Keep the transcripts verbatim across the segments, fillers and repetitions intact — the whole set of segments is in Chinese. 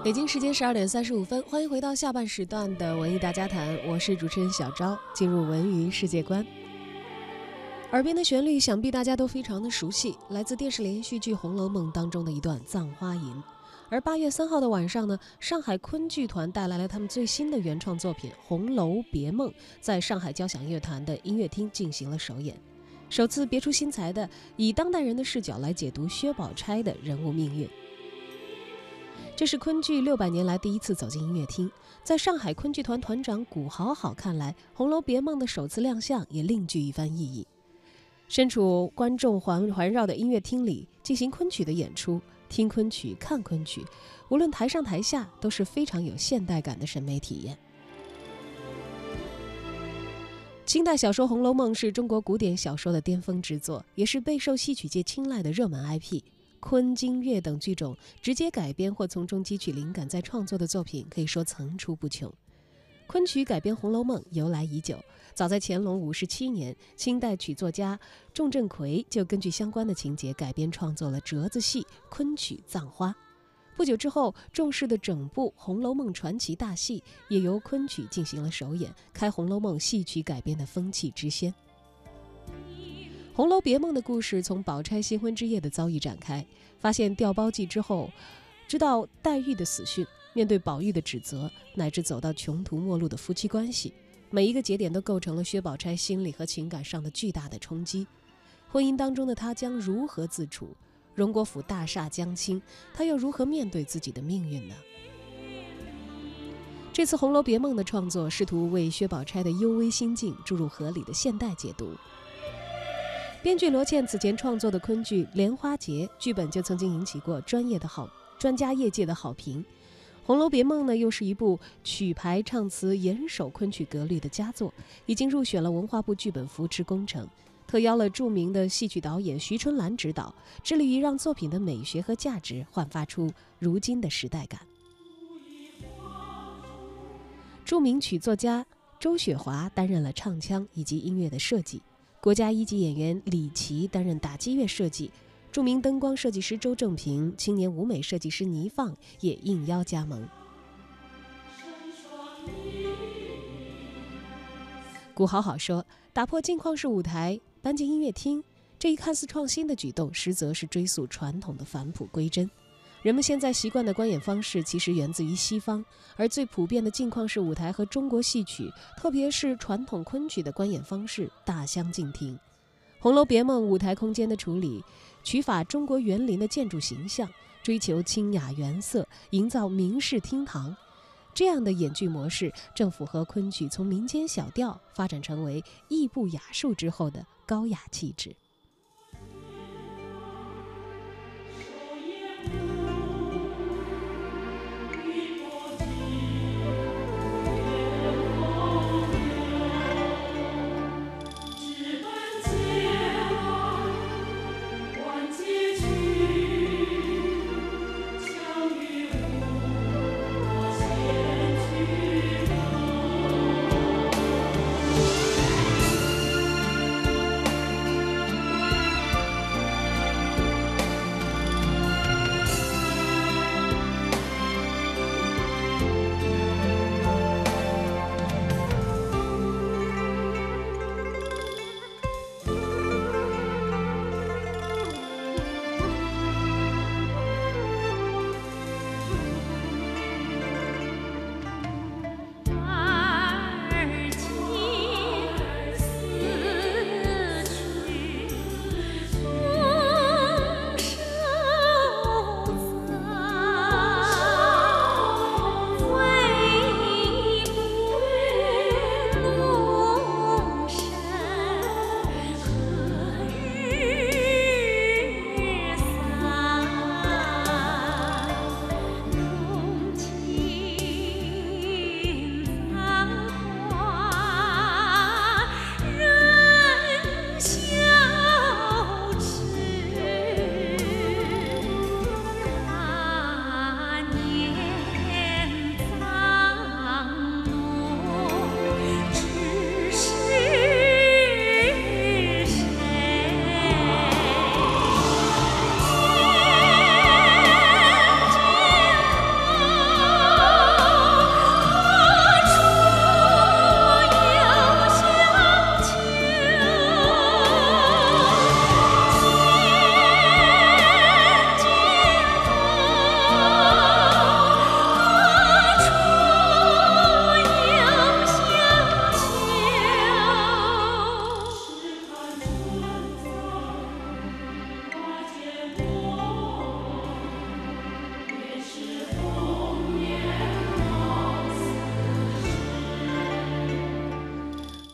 北京时间十二点三十五分，欢迎回到下半时段的文艺大家谈，我是主持人小昭，进入文娱世界观。耳边的旋律想必大家都非常的熟悉，来自电视连续剧《红楼梦》当中的一段《葬花吟》。而八月三号的晚上呢，上海昆剧团带来了他们最新的原创作品《红楼别梦》，在上海交响乐团的音乐厅进行了首演，首次别出心裁的以当代人的视角来解读薛宝钗的人物命运。这是昆剧六百年来第一次走进音乐厅，在上海昆剧团团长古好好看来，《红楼别梦》的首次亮相也另具一番意义。身处观众环环绕的音乐厅里进行昆曲的演出，听昆曲看昆曲，无论台上台下都是非常有现代感的审美体验。清代小说《红楼梦》是中国古典小说的巅峰之作，也是备受戏曲界青睐的热门 I P。昆、京、乐等剧种直接改编或从中汲取灵感再创作的作品可以说层出不穷。昆曲改编《红楼梦》由来已久，早在乾隆五十七年，清代曲作家仲振魁就根据相关的情节改编创作了折子戏昆曲《葬花》。不久之后，重视的整部《红楼梦传奇》大戏也由昆曲进行了首演，开《红楼梦》戏曲改编的风气之先。《红楼别梦》的故事从宝钗新婚之夜的遭遇展开，发现调包计之后，知道黛玉的死讯，面对宝玉的指责，乃至走到穷途末路的夫妻关系，每一个节点都构成了薛宝钗心理和情感上的巨大的冲击。婚姻当中的她将如何自处？荣国府大厦将倾，她又如何面对自己的命运呢？这次《红楼别梦》的创作试图为薛宝钗的幽微心境注入合理的现代解读。编剧罗茜此前创作的昆剧《莲花节》剧本就曾经引起过专业的好专家业界的好评，《红楼别梦》呢又是一部曲牌唱词严守昆曲格律的佳作，已经入选了文化部剧本扶持工程，特邀了著名的戏曲导演徐春兰指导，致力于让作品的美学和价值焕发出如今的时代感。著名曲作家周雪华担任了唱腔以及音乐的设计，国家一级演员李琦担任打击乐设计，著名灯光设计师周正平、青年舞美设计师倪放也应邀加盟。古好好说，打破镜框式舞台搬进音乐厅，这一看似创新的举动，实则是追溯传统的返璞归真。人们现在习惯的观演方式其实源自于西方，而最普遍的镜框式舞台和中国戏曲，特别是传统昆曲的观演方式大相径庭。《红楼别梦》舞台空间的处理，取法中国园林的建筑形象，追求清雅原色，营造明式厅堂。这样的演剧模式正符合昆曲从民间小调发展成为艺步雅术之后的高雅气质。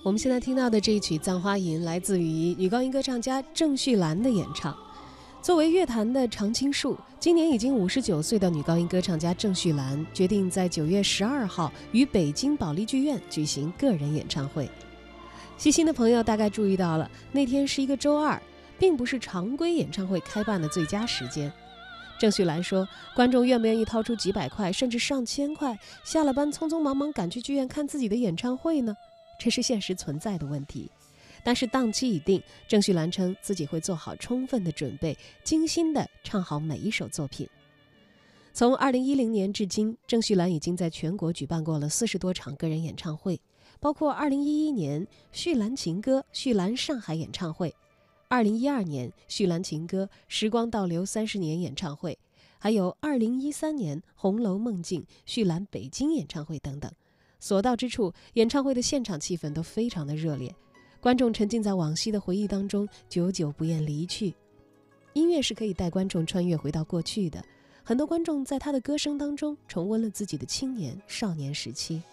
我们现在听到的这一曲《葬花吟》来自于女高音歌唱家郑绪岚的演唱。作为乐坛的常青树，今年已经五十九岁的女高音歌唱家郑绪岚决定在九月十二号于北京保利剧院举行个人演唱会。细心的朋友大概注意到了，那天是一个周二，并不是常规演唱会开办的最佳时间。郑绪岚说，观众愿不愿意掏出几百块甚至上千块，下了班匆匆忙忙赶去剧院看自己的演唱会呢？这是现实存在的问题。但是档期已定，郑绪岚称自己会做好充分的准备，精心地唱好每一首作品。从二零一零年至今，郑绪岚已经在全国举办过了四十多场个人演唱会，包括二零一一年绪岚情歌绪岚上海演唱会，二零一二年绪岚情歌时光倒流三十年演唱会，还有二零一三年红楼梦境绪岚北京演唱会等等。所到之处，演唱会的现场气氛都非常的热烈，观众沉浸在往昔的回忆当中，久久不愿离去。音乐是可以带观众穿越回到过去的，很多观众在他的歌声当中重温了自己的青年少年时期。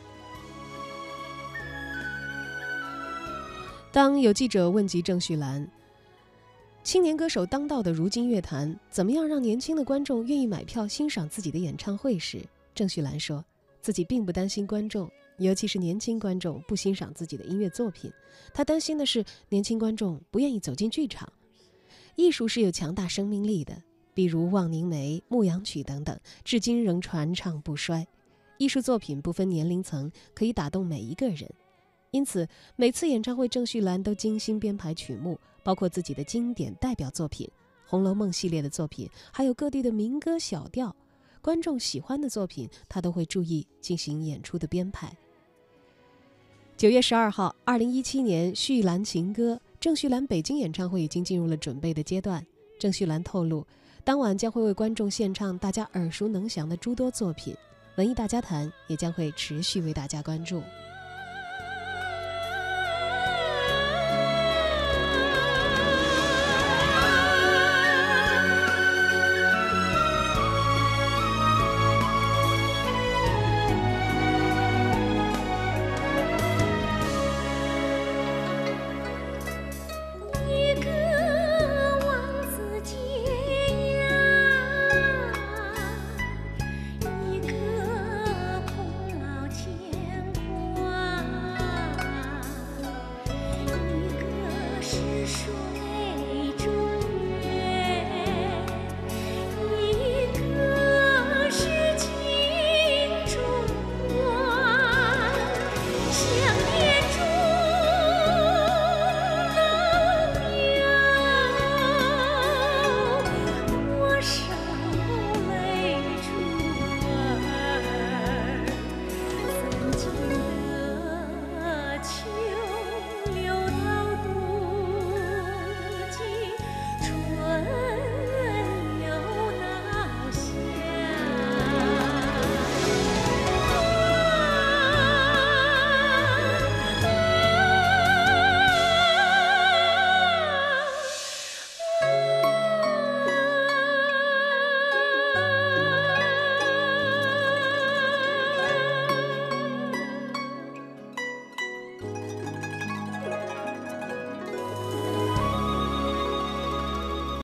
当有记者问及郑绪岚，青年歌手当道的如今乐坛，怎么样让年轻的观众愿意买票欣赏自己的演唱会时，郑绪岚说，自己并不担心观众，尤其是年轻观众不欣赏自己的音乐作品，他担心的是年轻观众不愿意走进剧场。艺术是有强大生命力的，比如《望凝眉》《牧羊曲》等等，至今仍传唱不衰。艺术作品不分年龄层，可以打动每一个人。因此，每次演唱会郑绪岚都精心编排曲目，包括自己的经典代表作品《红楼梦》系列的作品，还有各地的民歌小调。观众喜欢的作品，他都会注意进行演出的编排。九月十二号，二零一七年绪岚情歌郑绪岚北京演唱会已经进入了准备的阶段。郑绪岚透露，当晚将会为观众献唱大家耳熟能详的诸多作品，文艺大家谈也将会持续为大家关注。